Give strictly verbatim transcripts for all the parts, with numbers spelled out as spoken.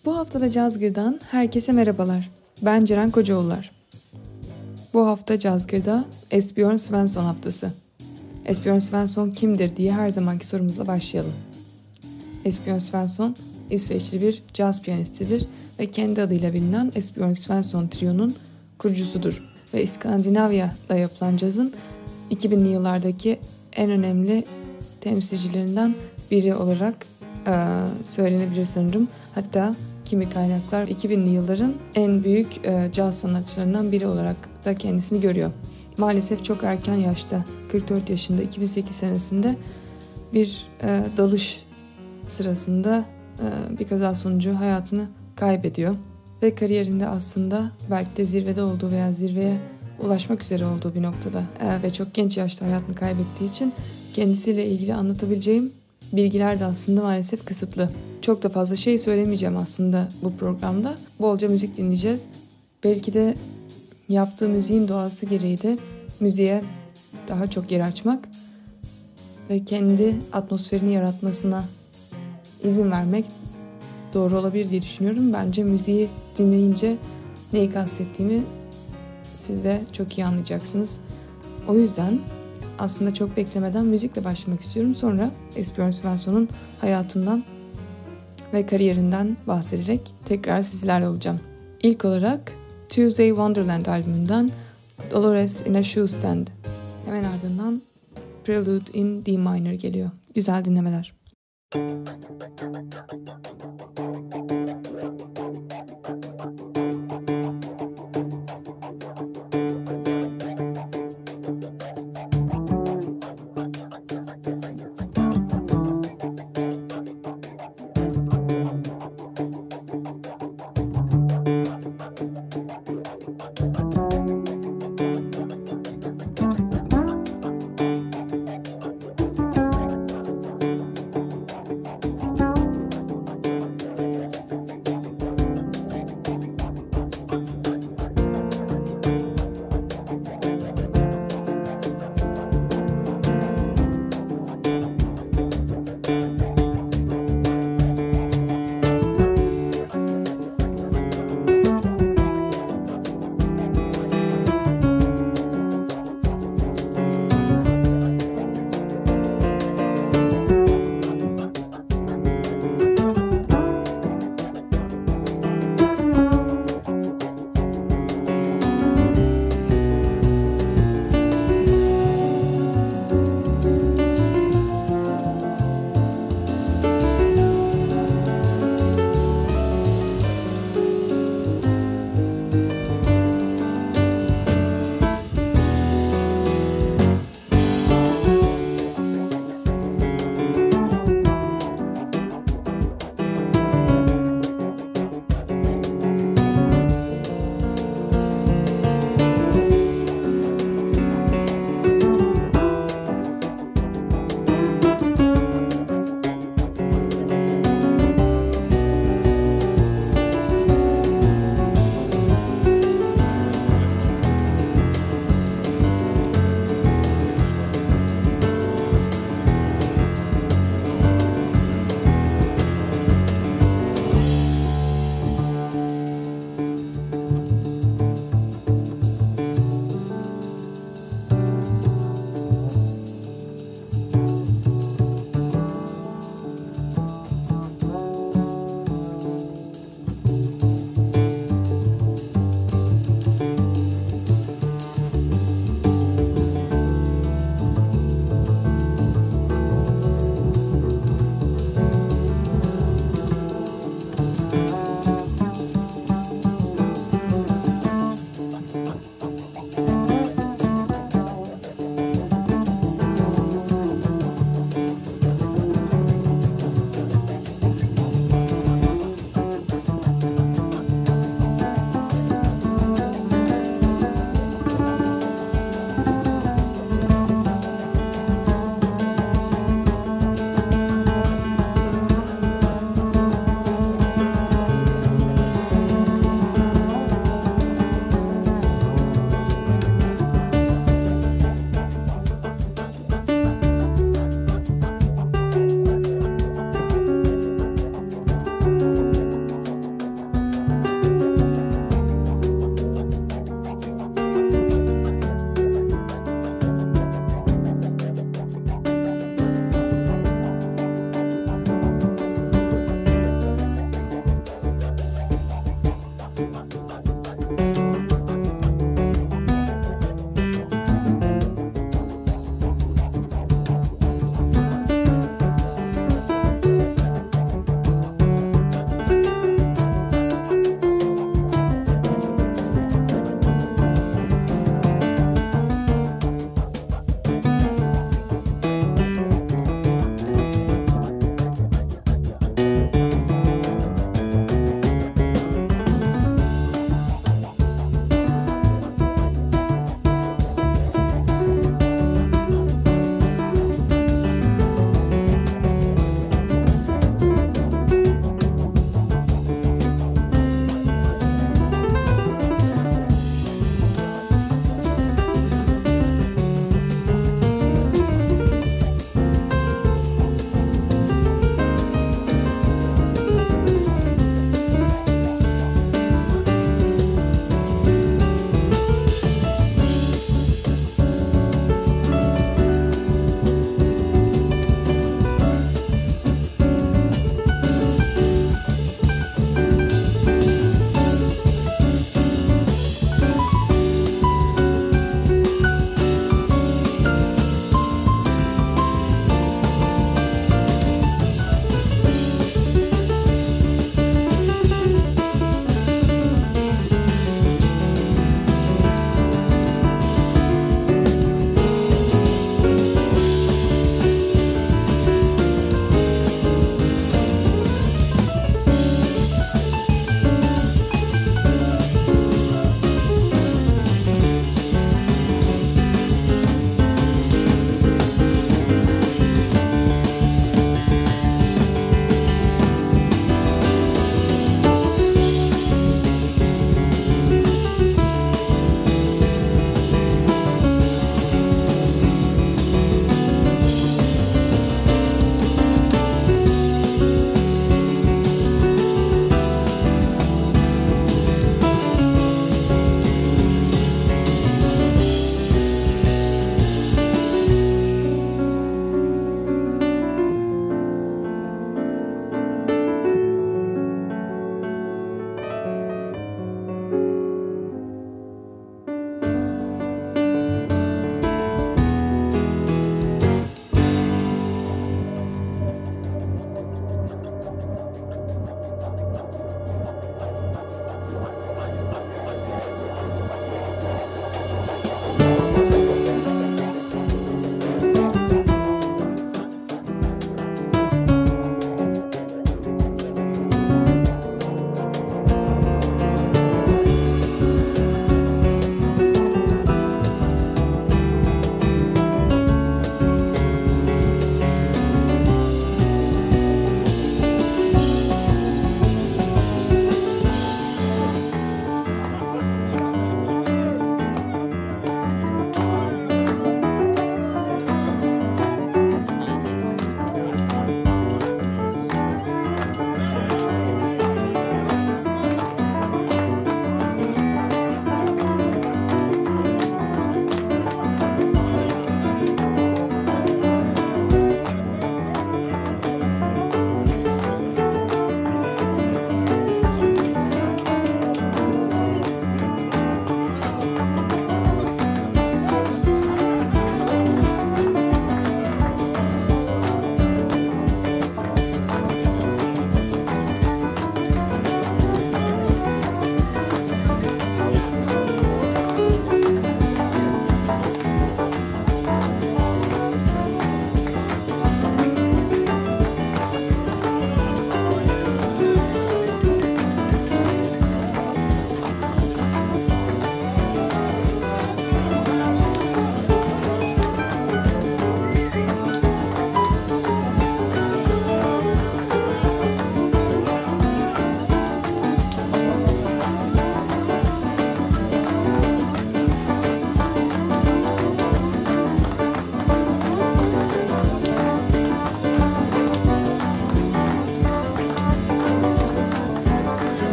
Bu haftada Cazgır'dan herkese merhabalar. Ben Ceren Kocaoğullar. Bu hafta Cazgır'da Esbjörn Svensson haftası. Esbjörn Svensson kimdir diye her zamanki sorumuzla başlayalım. Esbjörn Svensson, İsveçli bir caz piyanistidir ve kendi adıyla bilinen Esbjörn Svensson Trio'nun kurucusudur. Ve İskandinavya'da yapılan cazın iki binli yıllardaki en önemli temsilcilerinden biri olarak e, söylenebilir sanırım. Hatta kimi kaynaklar iki binli yılların en büyük e, caz sanatçılarından biri olarak da kendisini görüyor. Maalesef çok erken yaşta, kırk dört yaşında iki bin sekiz senesinde bir e, dalış sırasında e, bir kaza sonucu hayatını kaybediyor. Ve kariyerinde aslında belki de zirvede olduğu veya zirveye ulaşmak üzere olduğu bir noktada e, ve çok genç yaşta hayatını kaybettiği için kendisiyle ilgili anlatabileceğim bilgiler de aslında maalesef kısıtlı. Çok da fazla şey söylemeyeceğim aslında bu programda. Bolca müzik dinleyeceğiz. Belki de yaptığı müziğin doğası gereği de müziğe daha çok yer açmak ve kendi atmosferini yaratmasına izin vermek doğru olabilir diye düşünüyorum. Bence müziği dinleyince neyi kastettiğimi siz de çok iyi anlayacaksınız. O yüzden aslında çok beklemeden müzikle başlamak istiyorum. Sonra Esbjörn Svensson'un hayatından ve kariyerinden bahsederek tekrar sizlerle olacağım. İlk olarak Tuesday Wonderland albümünden Dolores in a Shoe Stand. Hemen ardından Prelude in D minor geliyor. Güzel dinlemeler.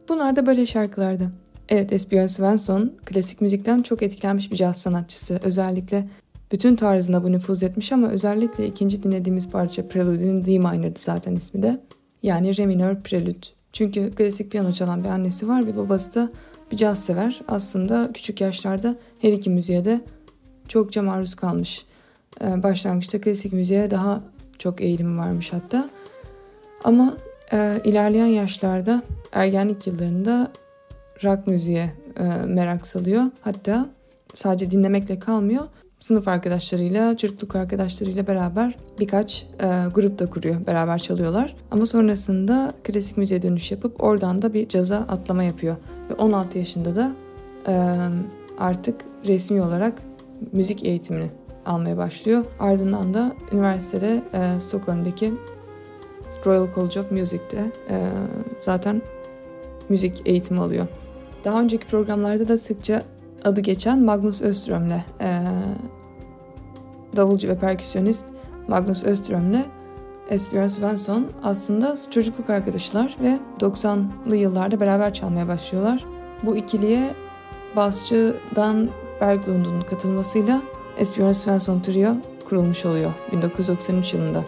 Bunlar da böyle şarkılardı. Evet, Esbjörn Svensson klasik müzikten çok etkilenmiş bir caz sanatçısı. Özellikle bütün tarzına bu nüfuz etmiş ama özellikle ikinci dinlediğimiz parça Prelude'in D minor'dı zaten ismi de. Yani Re minör Prelude. Çünkü klasik piyano çalan bir annesi var ve babası da bir caz sever. Aslında küçük yaşlarda her iki müziğe de çokça maruz kalmış. Ee, başlangıçta klasik müziğe daha çok eğilimi varmış hatta. Ama e, ilerleyen yaşlarda, ergenlik yıllarında rock müziğe e, merak salıyor. Hatta sadece dinlemekle kalmıyor. Sınıf arkadaşlarıyla, çocukluk arkadaşlarıyla beraber birkaç e, grup da kuruyor. Beraber çalıyorlar. Ama sonrasında klasik müziğe dönüş yapıp oradan da bir caza atlama yapıyor. Ve on altı yaşında da e, artık resmi olarak müzik eğitimini almaya başlıyor. Ardından da üniversitede e, Stockholm'daki Royal College of Music'te e, zaten müzik eğitimi alıyor. Daha önceki programlarda da sıkça adı geçen Magnus Öström'le e, davulcu ve perküsyonist Magnus Öström'le Esbjörn Svensson aslında çocukluk arkadaşlar ve doksanlı yıllarda beraber çalmaya başlıyorlar. Bu ikiliye basçı Dan Berglund'un katılmasıyla Esbjörn Svensson Trio kurulmuş oluyor bin dokuz yüz doksan üç yılında.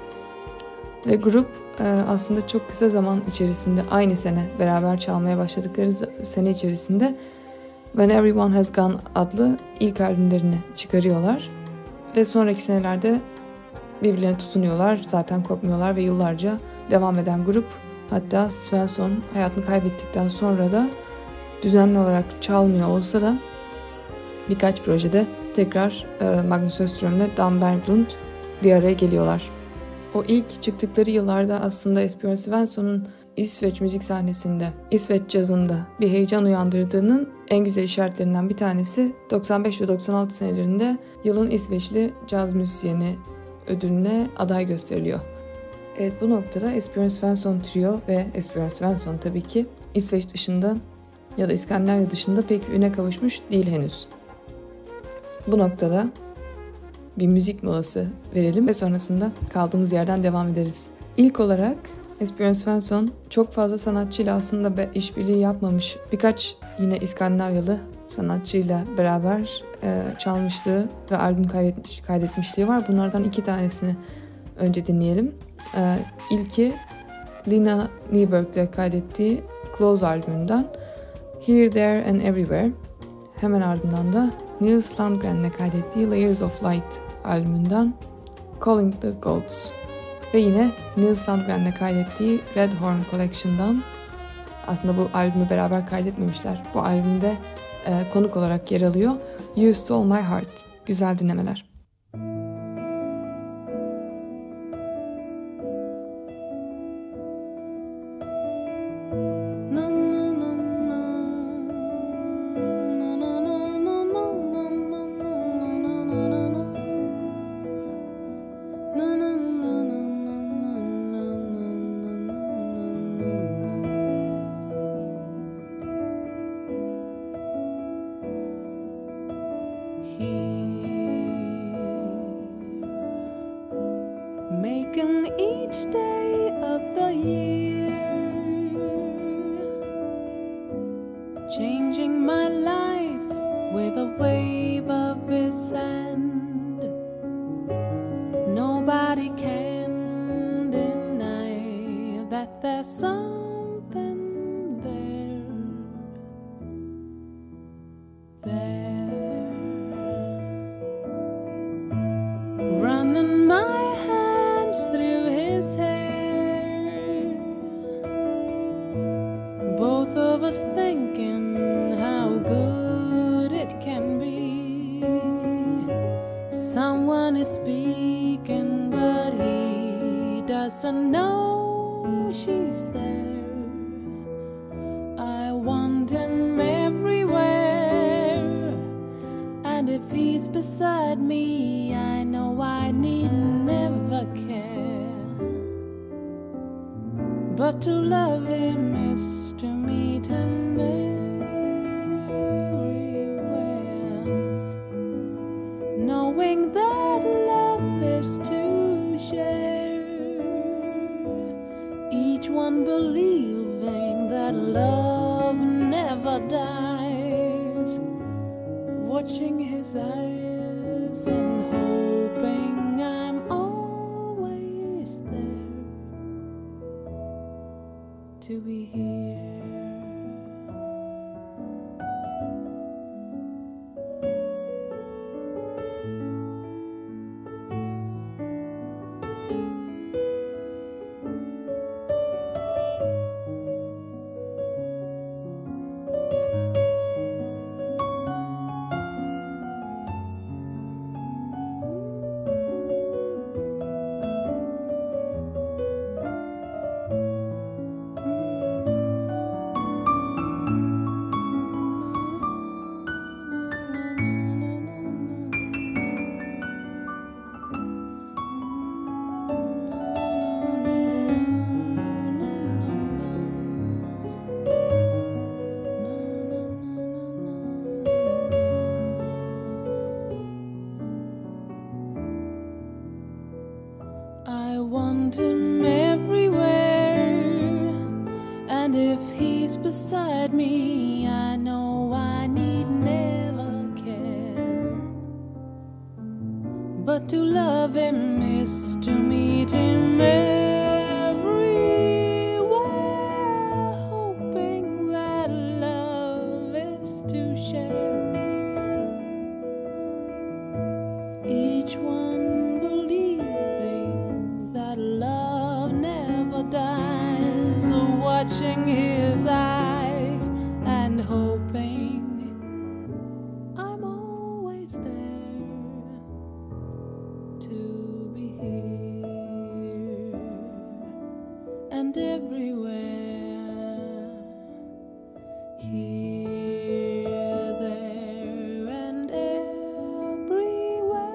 Ve grup aslında çok kısa zaman içerisinde, aynı sene beraber çalmaya başladıkları sene içerisinde When Everyone Has Gone adlı ilk albümlerini çıkarıyorlar. Ve sonraki senelerde birbirlerine tutunuyorlar, zaten kopmuyorlar ve yıllarca devam eden grup. Hatta Svensson hayatını kaybettikten sonra da düzenli olarak çalmıyor olsa da birkaç projede tekrar Magnus Öström'le Dan Berglund bir araya geliyorlar. O ilk çıktıkları yıllarda aslında Esbjörn Svensson'un İsveç müzik sahnesinde, İsveç cazında bir heyecan uyandırdığının en güzel işaretlerinden bir tanesi doksan beş ve doksan altı senelerinde yılın İsveçli caz müzisyeni ödülüne aday gösteriliyor. Evet, bu noktada Esbjörn Svensson Trio ve Esbjörn Svensson tabii ki İsveç dışında ya da İskandinavya dışında pek bir üne kavuşmuş değil henüz. Bu noktada bir müzik molası verelim ve sonrasında kaldığımız yerden devam ederiz. İlk olarak Esbjörn Svensson çok fazla sanatçıyla aslında işbirliği yapmamış. Birkaç yine İskandinavyalı sanatçıyla beraber e, çalmışlığı ve albüm kaydetmiş, kaydetmişliği var. Bunlardan iki tanesini önce dinleyelim. E, ilki Lina Nyberg'le kaydettiği Close albümünden Here, There and Everywhere. Hemen ardından da Nils Landgren'le kaydettiği Layers of Light albümünden Calling the Gods. Ve yine Nils Landgren'le kaydettiği Red Horn Collection'dan, aslında bu albümü beraber kaydetmemişler. Bu albümde e, konuk olarak yer alıyor. You Stole My Heart. Güzel dinlemeler. Making each day of the year, changing my life with a wave of his hand. Nobody can deny that there's something there, there, running my through his hair, both of us thinking how good it can be. Someone is speaking, but he doesn't know she's there. I want him everywhere, and if he's beside me, I know I need never care. But to love him is to meet him everywhere, knowing that love is to share. Each each one believing that love never dies, watching his eyes and hoping I'm always there to be here. I want him everywhere, and if he's beside me, I know I need never care. But to love him is to meet him everywhere, hoping that love is to share. Each one believing that love never dies, watching his eyes and hoping I'm always there to be here and everywhere, here, there, and everywhere.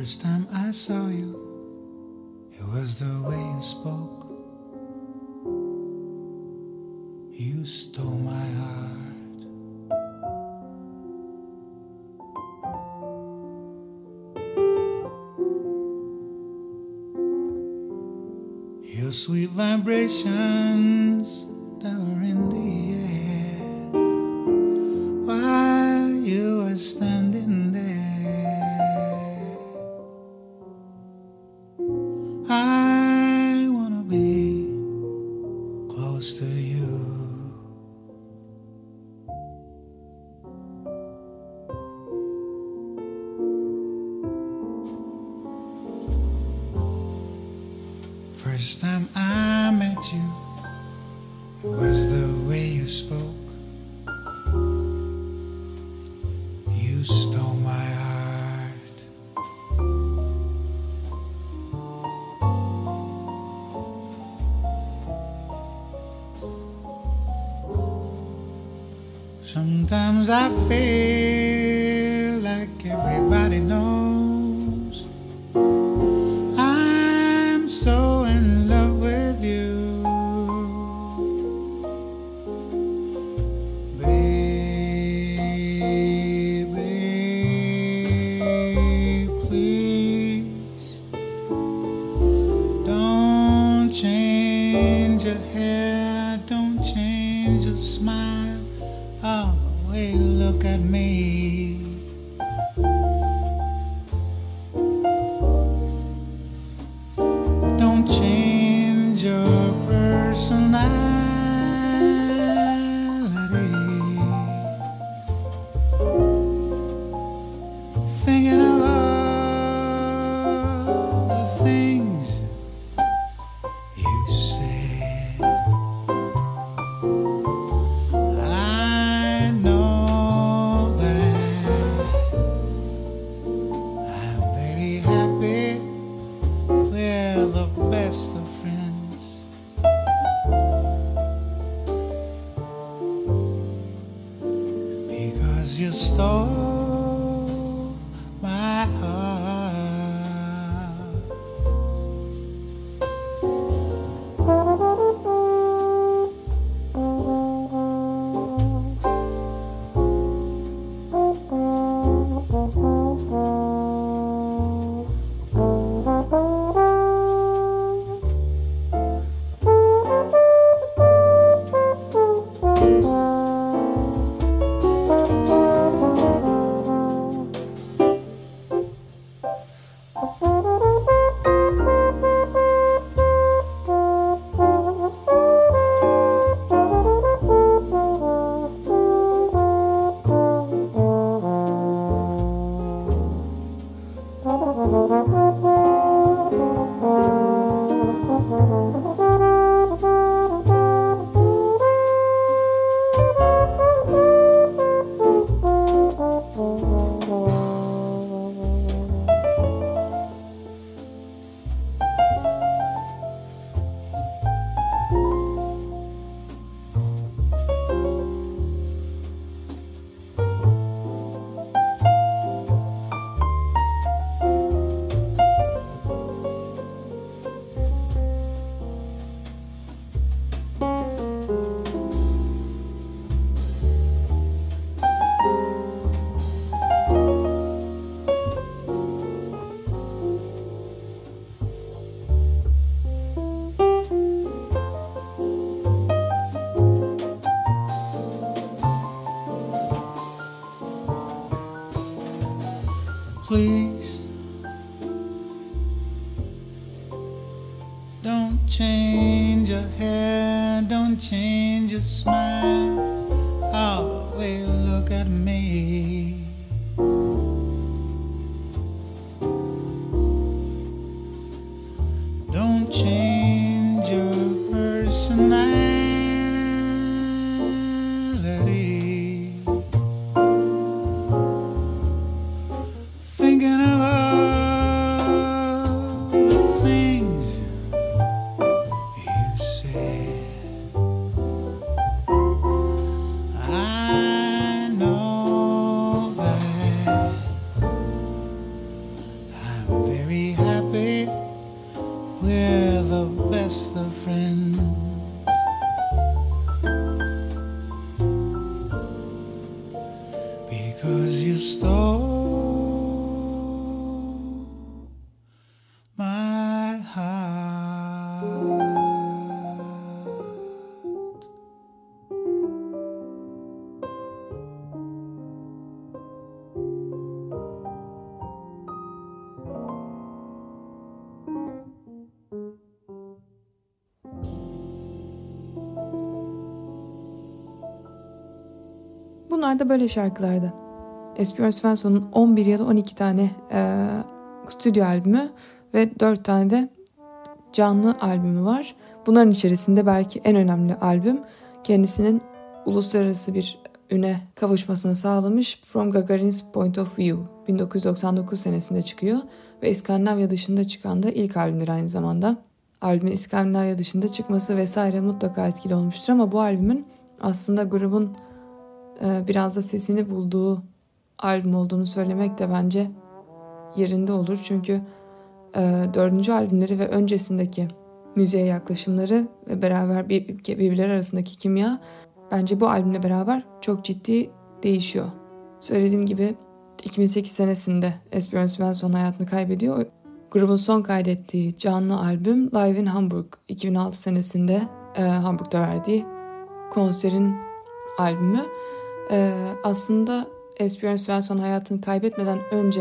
First time I saw you, it was the way you spoke. You stole my heart. Your sweet vibrations that were in the air while you were standing there. I wanna be close to you. First time I met you, it was the way you spoke. You stole my heart. Sometimes I feel like everybody knows I'm so in love with you. Baby, please don't change your hair, don't change your smile, oh, the way you look at me. Don't change your personality. Thinking of all the things you said, I know that I'm very happy. We're the best of friends. Because you stole my heart. Please don't change your hair, don't change your smile, all the way you look at me. Don't change your personality. Thinking of all the things you said, I know that I'm bunlar da böyle şarkılardı. Esbjörn Svensson'un on bir ya da on iki tane e, stüdyo albümü ve dört tane de canlı albümü var. Bunların içerisinde belki en önemli albüm kendisinin uluslararası bir üne kavuşmasını sağlamış From Gagarin's Point of View bin dokuz yüz doksan dokuz senesinde çıkıyor ve İskandinavya dışında çıkan da ilk albümdür aynı zamanda. Albümün İskandinavya dışında çıkması vesaire mutlaka etkili olmuştur ama bu albümün aslında grubun e, biraz da sesini bulduğu albüm olduğunu söylemek de bence yerinde olur. Çünkü e, dördüncü albümleri ve öncesindeki müziğe yaklaşımları ve beraber bir, birbirleri arasındaki kimya bence bu albümle beraber çok ciddi değişiyor. Söylediğim gibi iki bin sekiz senesinde Esbjörn Svensson hayatını kaybediyor. Grubun son kaydettiği canlı albüm Live in Hamburg iki bin altı senesinde e, Hamburg'da verdiği konserin albümü. E, aslında Esbjörn Svensson hayatını kaybetmeden önce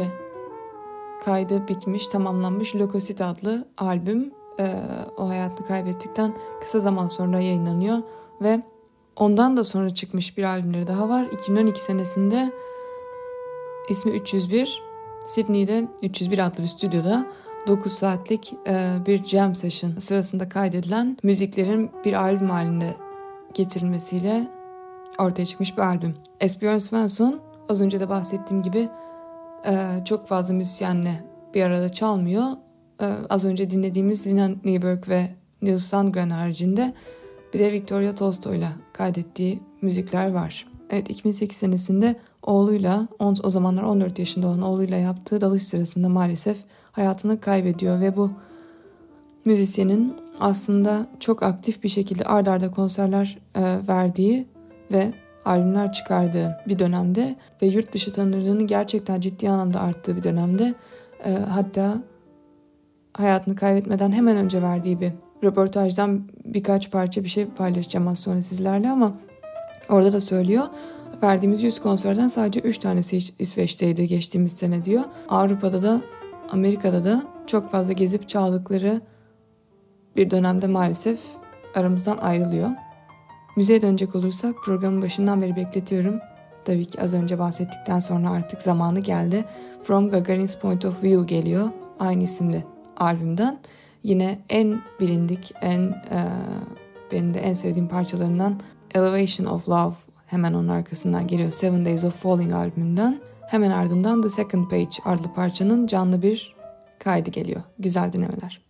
kaydı bitmiş, tamamlanmış Lökosit adlı albüm e, o hayatını kaybettikten kısa zaman sonra yayınlanıyor ve ondan da sonra çıkmış bir albümleri daha var. iki bin on iki senesinde ismi üç yüz bir, Sydney'de üç yüz bir adlı bir stüdyoda dokuz saatlik e, bir jam session sırasında kaydedilen müziklerin bir albüm halinde getirilmesiyle ortaya çıkmış bir albüm. Esbjörn Svensson az önce de bahsettiğim gibi e, çok fazla müzisyenle bir arada çalmıyor. E, az önce dinlediğimiz Lina Nyberg ve Nils Sandgren haricinde bir de Victoria Tolstoy'la kaydettiği müzikler var. Evet, iki bin sekiz senesinde oğluyla, o zamanlar on dört yaşında olan oğluyla yaptığı dalış sırasında maalesef hayatını kaybediyor ve bu müzisyenin aslında çok aktif bir şekilde ard arda konserler e, verdiği ve albümler çıkardığı bir dönemde ve yurt dışı tanınırlığının gerçekten ciddi anlamda arttığı bir dönemde e, hatta hayatını kaybetmeden hemen önce verdiği bir röportajdan birkaç parça bir şey paylaşacağım az sonra sizlerle ama orada da söylüyor. Verdiğimiz yüz konserden sadece üç tanesi İsveç'teydi geçtiğimiz sene diyor. Avrupa'da da Amerika'da da çok fazla gezip çaldıkları bir dönemde maalesef aramızdan ayrılıyor. Müziğe dönecek olursak programın başından beri bekletiyorum. Tabii ki az önce bahsettikten sonra artık zamanı geldi. From Gagarin's Point of View geliyor aynı isimli albümden. Yine en bilindik, en e, benim de en sevdiğim parçalarından Elevation of Love hemen onun arkasından geliyor. Seven Days of Falling albümünden. Hemen ardından The Second Page adlı parçanın canlı bir kaydı geliyor. Güzel dinlemeler.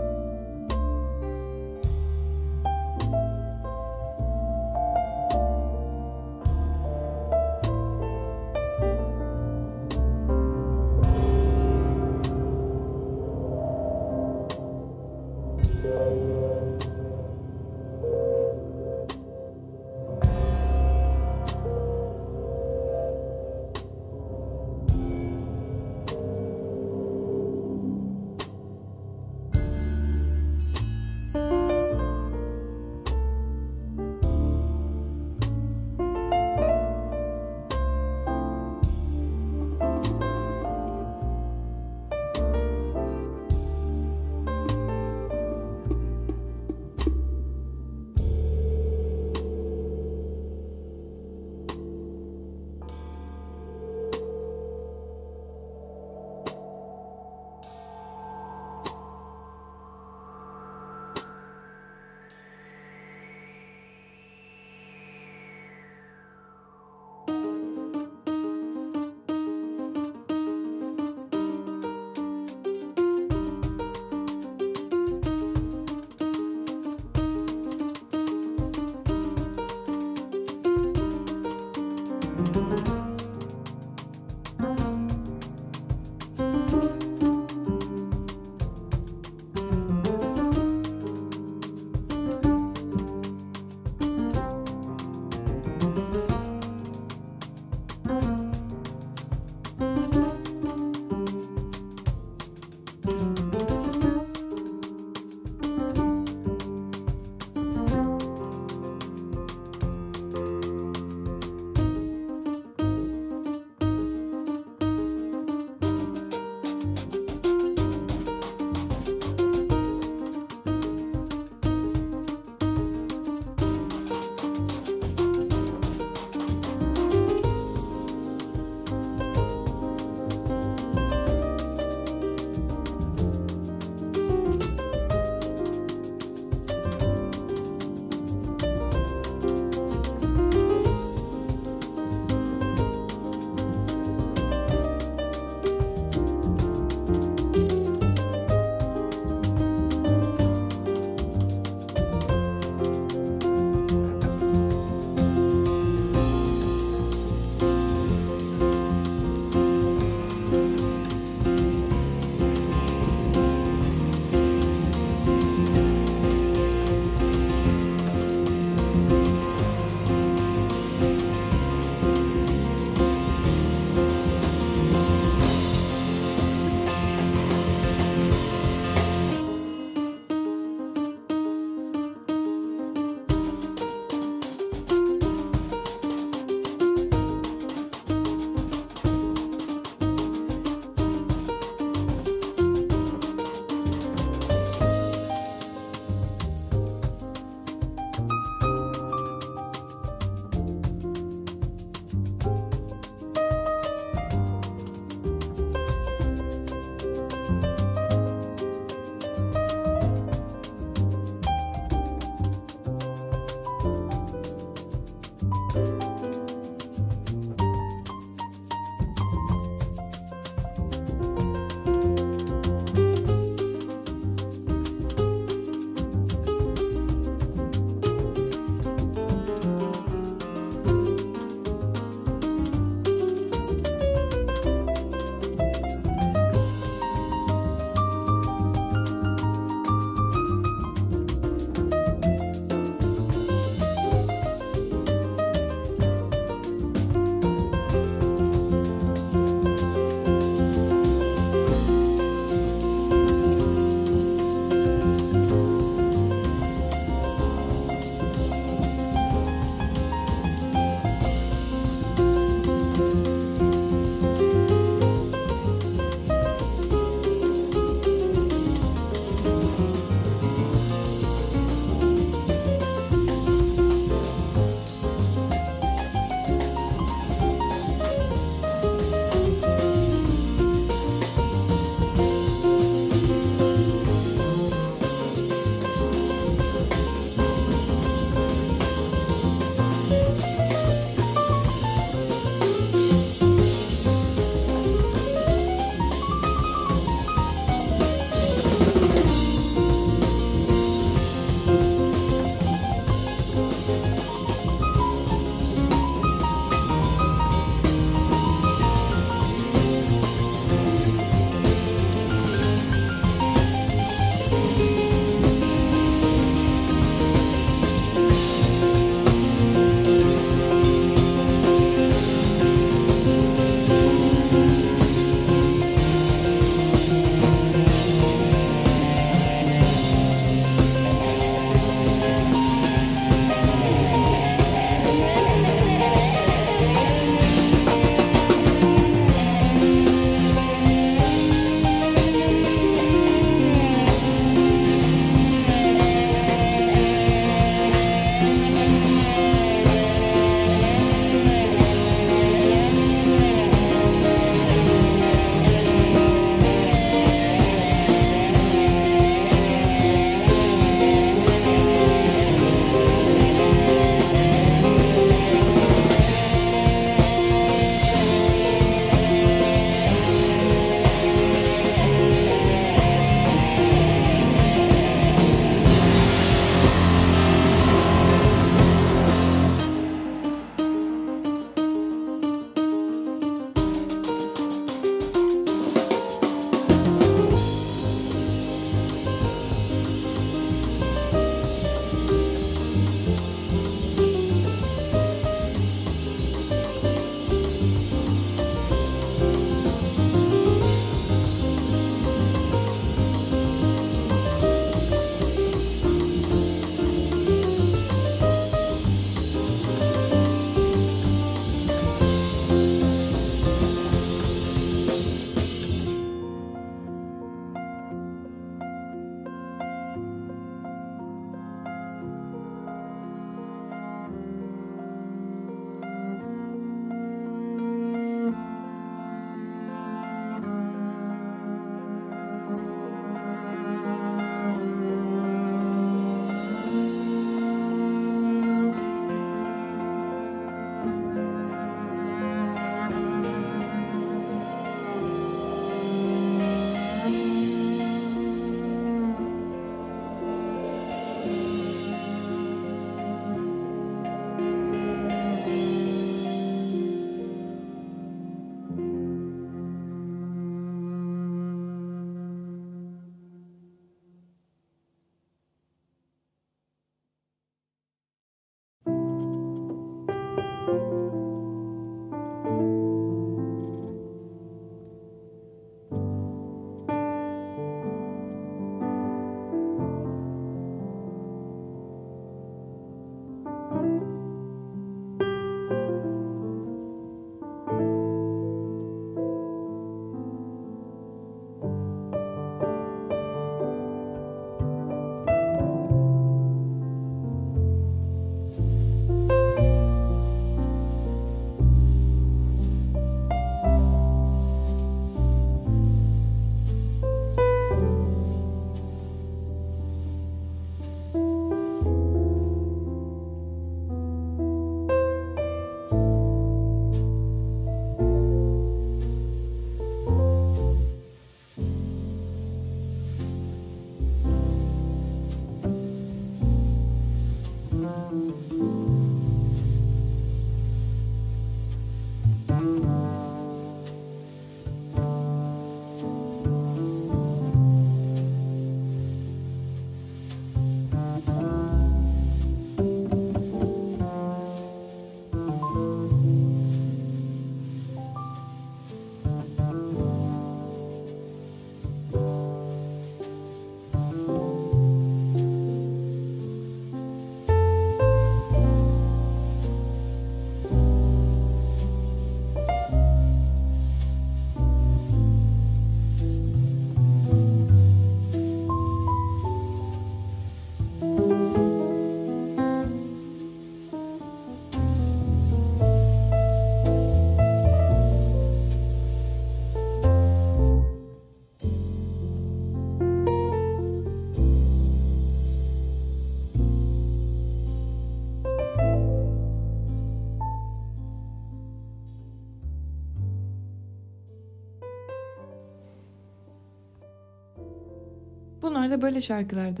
Bunlar da böyle şarkılardı.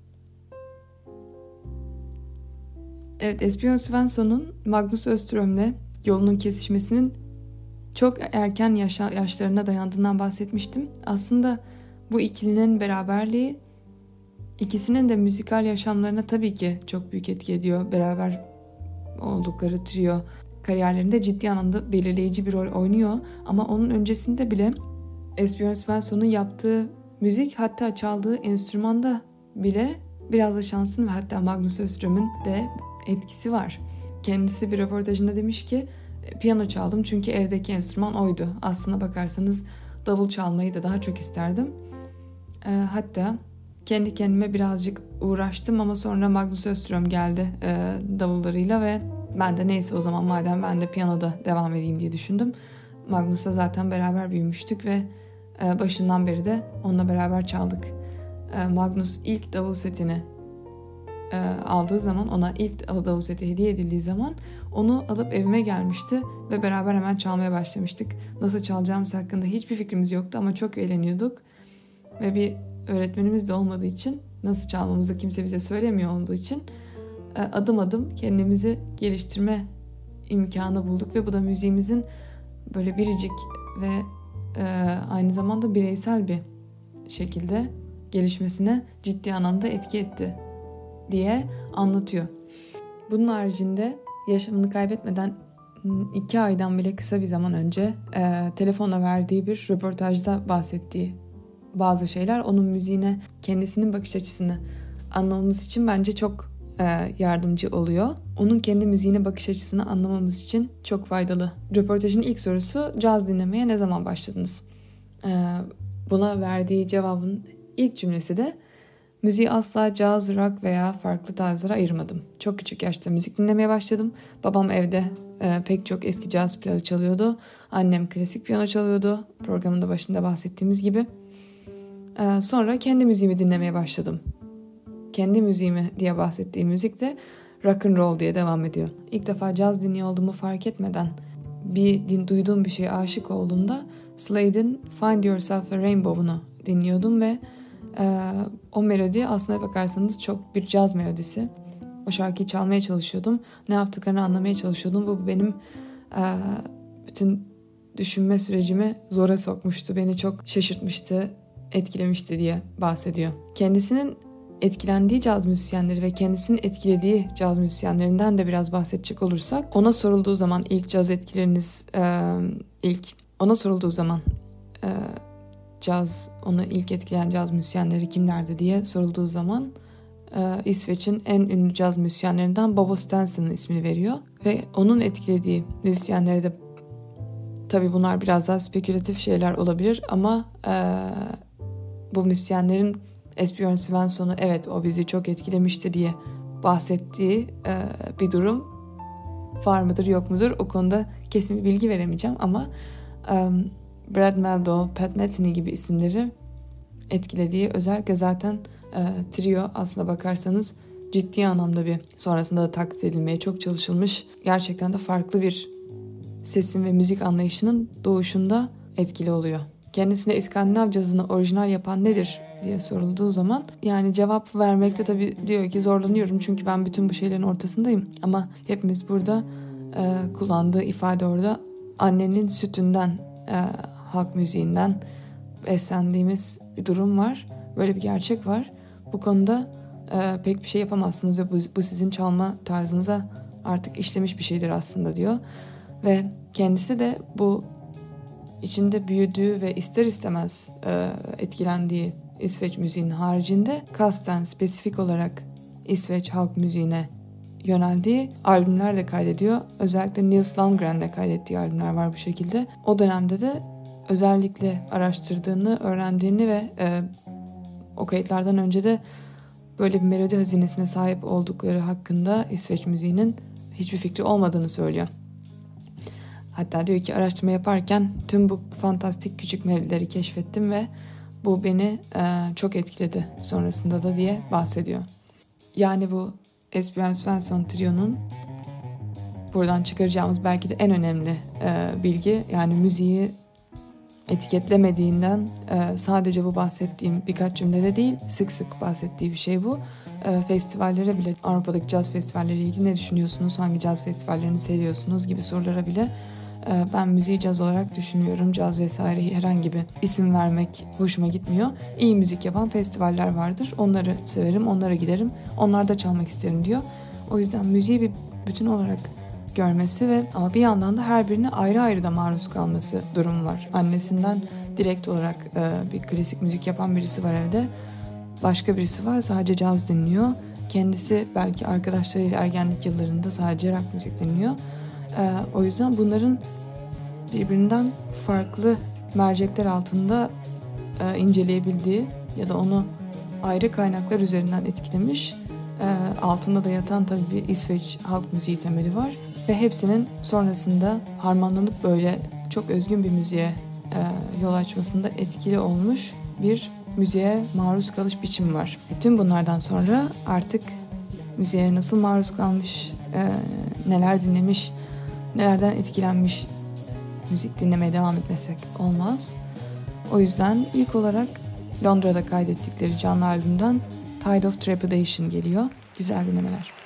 Evet, Esbjörn Svensson'un Magnus Özström'le yolunun kesişmesinin çok erken yaşa, yaşlarına dayandığından bahsetmiştim. Aslında bu ikilinin beraberliği ikisinin de müzikal yaşamlarına tabii ki çok büyük etki ediyor. Beraber oldukları trio kariyerlerinde ciddi anlamda belirleyici bir rol oynuyor. Ama onun öncesinde bile Esbjörn Svensson'un yaptığı müzik, hatta çaldığı enstrümanda bile biraz da şansın ve hatta Magnus Özström'ün de etkisi var. Kendisi bir röportajında demiş ki piyano çaldım çünkü evdeki enstrüman oydu. Aslına bakarsanız davul çalmayı da daha çok isterdim. E, hatta kendi kendime birazcık uğraştım ama sonra Magnus Özström geldi e, davullarıyla ve ben de neyse o zaman madem ben de piyanoda devam edeyim diye düşündüm. Magnus'la zaten beraber büyümüştük ve e, başından beri de onunla beraber çaldık. E, Magnus ilk davul setini e, aldığı zaman, ona ilk davul seti hediye edildiği zaman onu alıp evime gelmişti ve beraber hemen çalmaya başlamıştık. Nasıl çalacağımız hakkında hiçbir fikrimiz yoktu ama çok eğleniyorduk. Ve bir öğretmenimiz de olmadığı için, nasıl çalmamızı kimse bize söylemiyor olduğu için adım adım kendimizi geliştirme imkanı bulduk ve bu da müziğimizin böyle biricik ve aynı zamanda bireysel bir şekilde gelişmesine ciddi anlamda etki etti diye anlatıyor. Bunun haricinde yaşamını kaybetmeden iki aydan bile kısa bir zaman önce e, telefonla verdiği bir röportajda bahsettiği bazı şeyler onun müziğine, kendisinin bakış açısını anlamamız için bence çok e, yardımcı oluyor. Onun kendi müziğine bakış açısını anlamamız için çok faydalı. Röportajın ilk sorusu, caz dinlemeye ne zaman başladınız? E, buna verdiği cevabın ilk cümlesi de, müziği asla caz, rock veya farklı tarzlara ayırmadım. Çok küçük yaşta müzik dinlemeye başladım. Babam evde e, pek çok eski caz plağı çalıyordu. Annem klasik piyano çalıyordu. Programın da başında bahsettiğimiz gibi. E, sonra kendi müziğimi dinlemeye başladım. Kendi müziğimi diye bahsettiği müzik de rock and roll diye devam ediyor. İlk defa caz dinliyor olduğumu fark etmeden bir din, duyduğum bir şeye aşık olduğumda Slade'in Find Yourself a Rainbow'unu dinliyordum ve Ee, o melodi aslına bakarsanız çok bir caz melodisi. O şarkıyı çalmaya çalışıyordum. Ne yaptıklarını anlamaya çalışıyordum. Bu benim e, bütün düşünme sürecimi zora sokmuştu. Beni çok şaşırtmıştı, etkilemişti diye bahsediyor. Kendisinin etkilendiği caz müzisyenleri ve kendisinin etkilediği caz müzisyenlerinden de biraz bahsedecek olursak, ona sorulduğu zaman ilk caz etkileriniz, e, ilk ona sorulduğu zaman e, caz, onu ilk etkileyen caz müzisyenleri kimlerdi diye sorulduğu zaman e, İsveç'in en ünlü caz müzisyenlerinden Bobo Stensson'ın ismini veriyor. Ve onun etkilediği müzisyenleri de, tabii bunlar biraz daha spekülatif şeyler olabilir ama e, bu müzisyenlerin Esbjörn Svensson'u evet o bizi çok etkilemişti diye bahsettiği e, bir durum var mıdır yok mudur, o konuda kesin bir bilgi veremeyeceğim ama e, Brad Mehldau, Pat Metheny gibi isimleri etkilediği, özellikle zaten e, trio aslına bakarsanız ciddi anlamda bir, sonrasında da taklit edilmeye çok çalışılmış, gerçekten de farklı bir sesin ve müzik anlayışının doğuşunda etkili oluyor. Kendisine İskandinav cazını orijinal yapan nedir diye sorulduğu zaman, yani cevap vermekte tabii diyor ki zorlanıyorum çünkü ben bütün bu şeylerin ortasındayım ama hepimiz burada e, kullandığı ifade orada annenin sütünden, e, halk müziğinden beslendiğimiz bir durum var. Böyle bir gerçek var. Bu konuda e, pek bir şey yapamazsınız ve bu, bu sizin çalma tarzınıza artık işlemiş bir şeydir aslında diyor. Ve kendisi de bu içinde büyüdüğü ve ister istemez e, etkilendiği İsveç müziğinin haricinde kasten spesifik olarak İsveç halk müziğine yöneldiği albümler de kaydediyor. Özellikle Nils Landgren'le kaydettiği albümler var bu şekilde. O dönemde de özellikle araştırdığını, öğrendiğini ve e, o kayıtlardan önce de böyle bir melodi hazinesine sahip oldukları hakkında İsveç müziğinin hiçbir fikri olmadığını söylüyor. Hatta diyor ki araştırma yaparken tüm bu fantastik küçük melodileri keşfettim ve bu beni e, çok etkiledi sonrasında da diye bahsediyor. Yani bu Esbjörn Svensson trionun buradan çıkaracağımız belki de en önemli e, bilgi, yani müziği etiketlemediğinden e, sadece bu bahsettiğim birkaç cümlede değil, sık sık bahsettiği bir şey bu. E, festivallere bile, Avrupa'daki caz festivalleriyle ilgili ne düşünüyorsunuz, hangi caz festivallerini seviyorsunuz gibi sorulara bile e, ben müziği caz olarak düşünüyorum. Caz vesaire herhangi bir isim vermek hoşuma gitmiyor. İyi müzik yapan festivaller vardır. Onları severim, onlara giderim, onlarda çalmak isterim diyor. O yüzden müziği bir bütün olarak görmesi ve ama bir yandan da her birine ayrı ayrı da maruz kalması durumu var. Annesinden direkt olarak e, bir klasik müzik yapan birisi var evde. Başka birisi var sadece caz dinliyor. Kendisi belki arkadaşlarıyla ergenlik yıllarında sadece rock müzik dinliyor. E, o yüzden bunların birbirinden farklı mercekler altında e, inceleyebildiği ya da onu ayrı kaynaklar üzerinden etkilemiş, e, altında da yatan tabii bir İsveç halk müziği temeli var. Ve hepsinin sonrasında harmanlanıp böyle çok özgün bir müziğe e, yol açmasında etkili olmuş bir müziğe maruz kalış biçimi var. E, tüm bunlardan sonra artık müziğe nasıl maruz kalmış, e, neler dinlemiş, nelerden etkilenmiş müzik dinlemeye devam etmesek olmaz. O yüzden ilk olarak Londra'da kaydettikleri canlı albümden Tide of Trepidation geliyor. Güzel dinlemeler.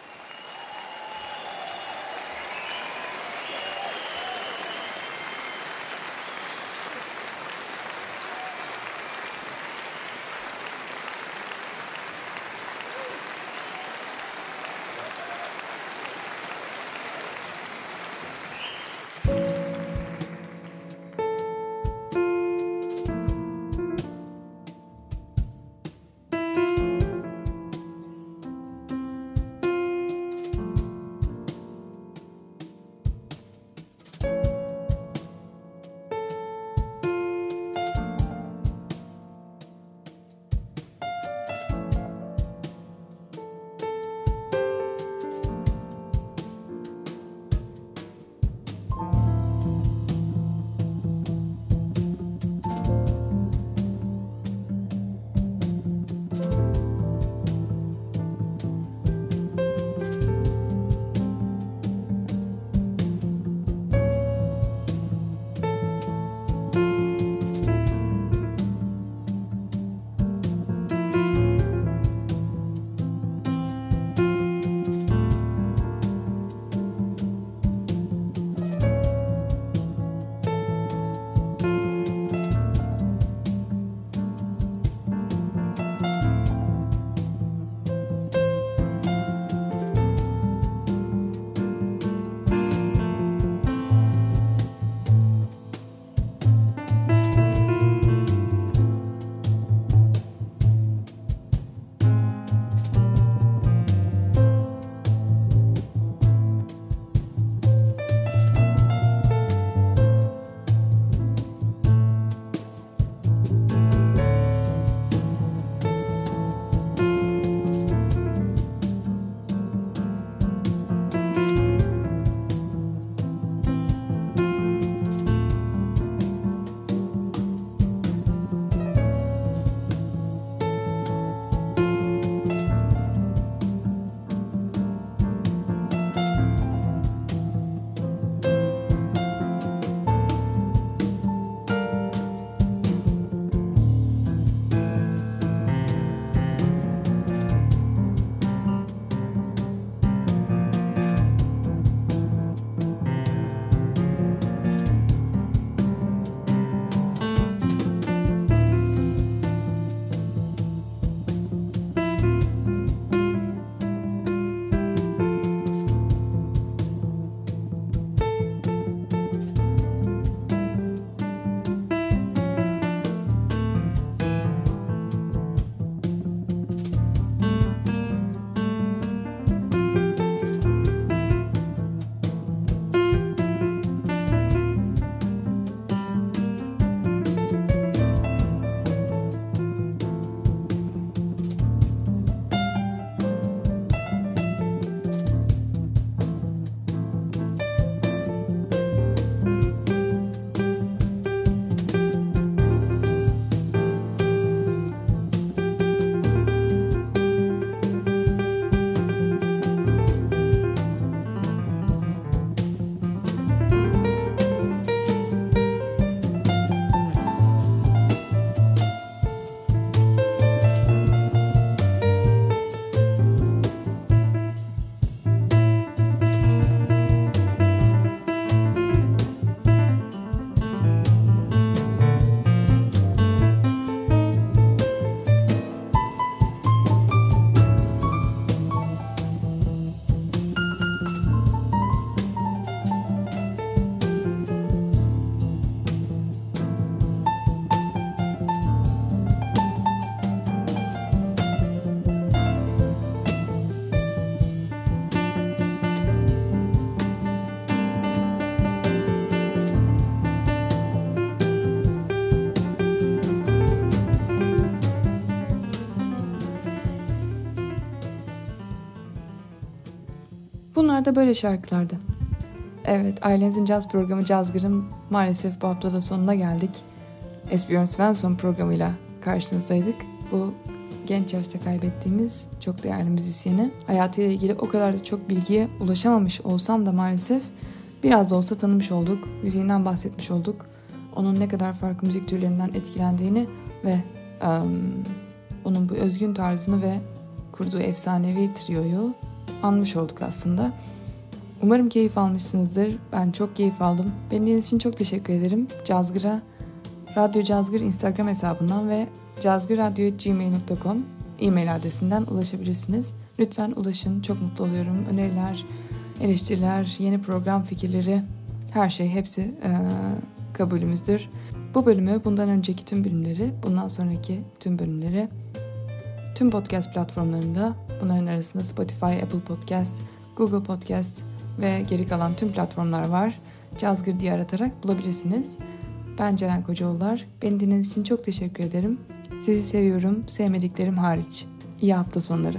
Bunlar da böyle şarkılardı. Evet, ailenizin caz programı Cazgır'ın maalesef bu haftada sonuna geldik. Esbjörn Svensson programıyla karşınızdaydık. Bu genç yaşta kaybettiğimiz çok değerli müzisyeni. Hayatıyla ilgili o kadar da çok bilgiye ulaşamamış olsam da maalesef biraz da olsa tanımış olduk. Müziğinden bahsetmiş olduk. Onun ne kadar farklı müzik türlerinden etkilendiğini ve um, onun bu özgün tarzını ve kurduğu efsanevi trioyu anmış olduk aslında. Umarım keyif almışsınızdır. Ben çok keyif aldım. Beni dinlediğiniz için çok teşekkür ederim. Cazgır'a Radyo Cazgır Instagram hesabından ve cazgırradyo at gmail nokta com e-mail adresinden ulaşabilirsiniz. Lütfen ulaşın. Çok mutlu oluyorum. Öneriler, eleştiriler, yeni program fikirleri, her şey hepsi ee, kabulümüzdür. Bu bölümü, bundan önceki tüm bölümleri, bundan sonraki tüm bölümleri tüm podcast platformlarında, bunların arasında Spotify, Apple Podcast, Google Podcast ve geri kalan tüm platformlar var. Cazgır diye aratarak bulabilirsiniz. Ben Ceren Kocaoğullar. Beni dinlediğiniz için çok teşekkür ederim. Sizi seviyorum, sevmediklerim hariç. İyi hafta sonları.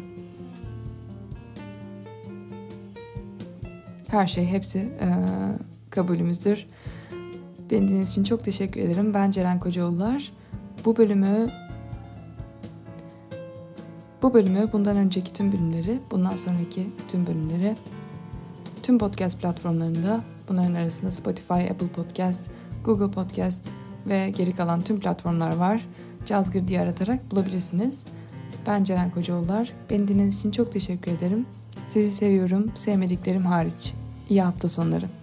Her şey hepsi ee, kabulümüzdür. Beni dinlediğiniz için çok teşekkür ederim. Ben Ceren Kocaoğullar. Bu bölümü Bu bölümü, bundan önceki tüm bölümleri, bundan sonraki tüm bölümleri tüm podcast platformlarında, bunların arasında Spotify, Apple Podcast, Google Podcast ve geri kalan tüm platformlar var. Cazgır diye aratarak bulabilirsiniz. Ben Ceren Kocaoğullar. Beni dinlediğiniz için çok teşekkür ederim. Sizi seviyorum, sevmediklerim hariç. İyi hafta sonları.